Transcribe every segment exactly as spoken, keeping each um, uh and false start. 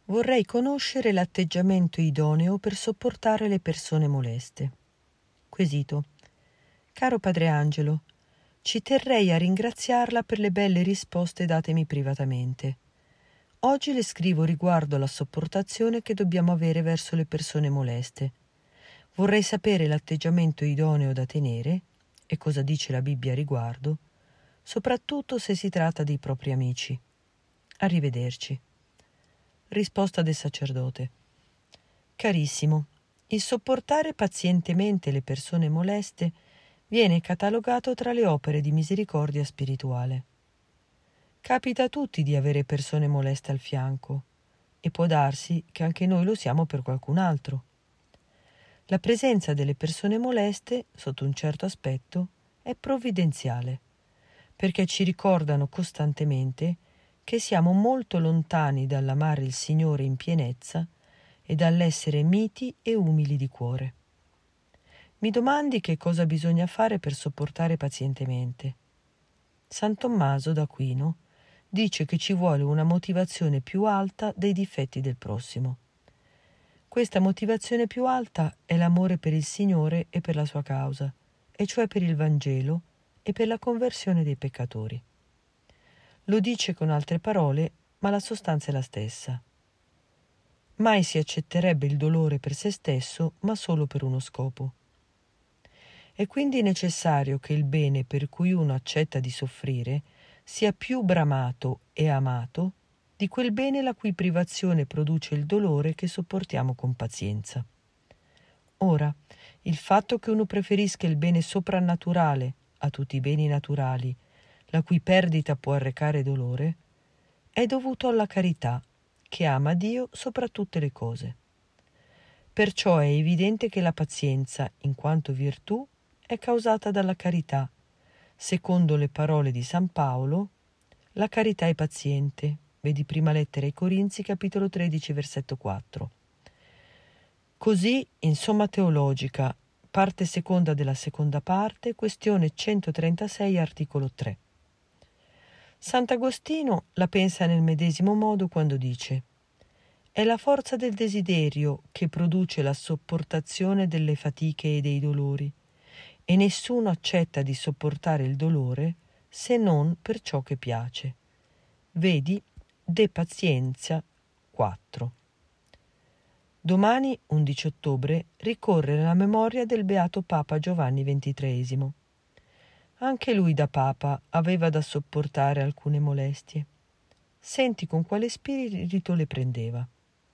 Vorrei conoscere l'atteggiamento idoneo per sopportare le persone moleste. Quesito. Caro Padre Angelo, ci terrei a ringraziarla per le belle risposte datemi privatamente. Oggi le scrivo riguardo alla sopportazione che dobbiamo avere verso le persone moleste. Vorrei sapere l'atteggiamento idoneo da tenere, e cosa dice la Bibbia a riguardo, soprattutto se si tratta dei propri amici. Arrivederci. Risposta del sacerdote. Carissimo, il sopportare pazientemente le persone moleste viene catalogato tra le opere di misericordia spirituale. Capita a tutti di avere persone moleste al fianco e può darsi che anche noi lo siamo per qualcun altro. La presenza delle persone moleste, sotto un certo aspetto, è provvidenziale, perché ci ricordano costantemente che siamo molto lontani dall'amare il Signore in pienezza e dall'essere miti e umili di cuore. Mi domandi che cosa bisogna fare per sopportare pazientemente. San Tommaso d'Aquino dice che ci vuole una motivazione più alta dei difetti del prossimo. Questa motivazione più alta è l'amore per il Signore e per la sua causa, e cioè per il Vangelo e per la conversione dei peccatori. Lo dice con altre parole, ma la sostanza è la stessa. Mai si accetterebbe il dolore per se stesso, ma solo per uno scopo. È quindi necessario che il bene per cui uno accetta di soffrire sia più bramato e amato di quel bene la cui privazione produce il dolore che sopportiamo con pazienza. Ora, il fatto che uno preferisca il bene soprannaturale a tutti i beni naturali, la cui perdita può arrecare dolore, è dovuto alla carità, che ama Dio sopra tutte le cose. Perciò è evidente che la pazienza, in quanto virtù, è causata dalla carità. Secondo le parole di San Paolo, la carità è paziente. Vedi prima lettera ai Corinzi, capitolo tredici, versetto quattro. Così, in Somma Teologica, parte seconda della seconda parte, questione centotrentasei, articolo tre. Sant'Agostino la pensa nel medesimo modo quando dice: è la forza del desiderio che produce la sopportazione delle fatiche e dei dolori, e nessuno accetta di sopportare il dolore se non per ciò che piace. Vedi De Pazienza quattro. Domani, undici ottobre, ricorre la memoria del beato Papa Giovanni ventitreesimo. Anche lui da Papa aveva da sopportare alcune molestie. Senti con quale spirito le prendeva.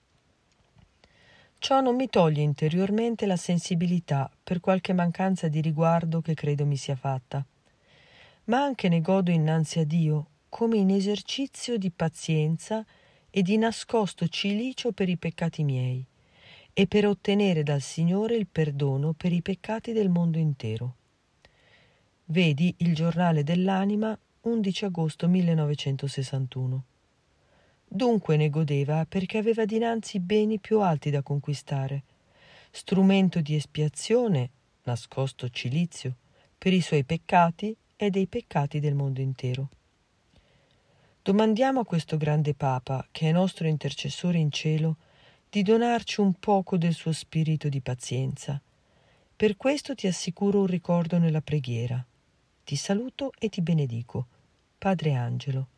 Ciò non mi toglie interiormente la sensibilità per qualche mancanza di riguardo che credo mi sia fatta, ma anche ne godo innanzi a Dio come in esercizio di pazienza e di nascosto cilicio per i peccati miei e per ottenere dal Signore il perdono per i peccati del mondo intero. Vedi il Giornale dell'Anima, undici agosto millenovecentosessantuno. Dunque ne godeva perché aveva dinanzi beni più alti da conquistare, strumento di espiazione, nascosto cilizio, per i suoi peccati e dei peccati del mondo intero. Domandiamo a questo grande Papa, che è nostro intercessore in cielo, di donarci un poco del suo spirito di pazienza. Per questo ti assicuro un ricordo nella preghiera. Ti saluto e ti benedico. Padre Angelo.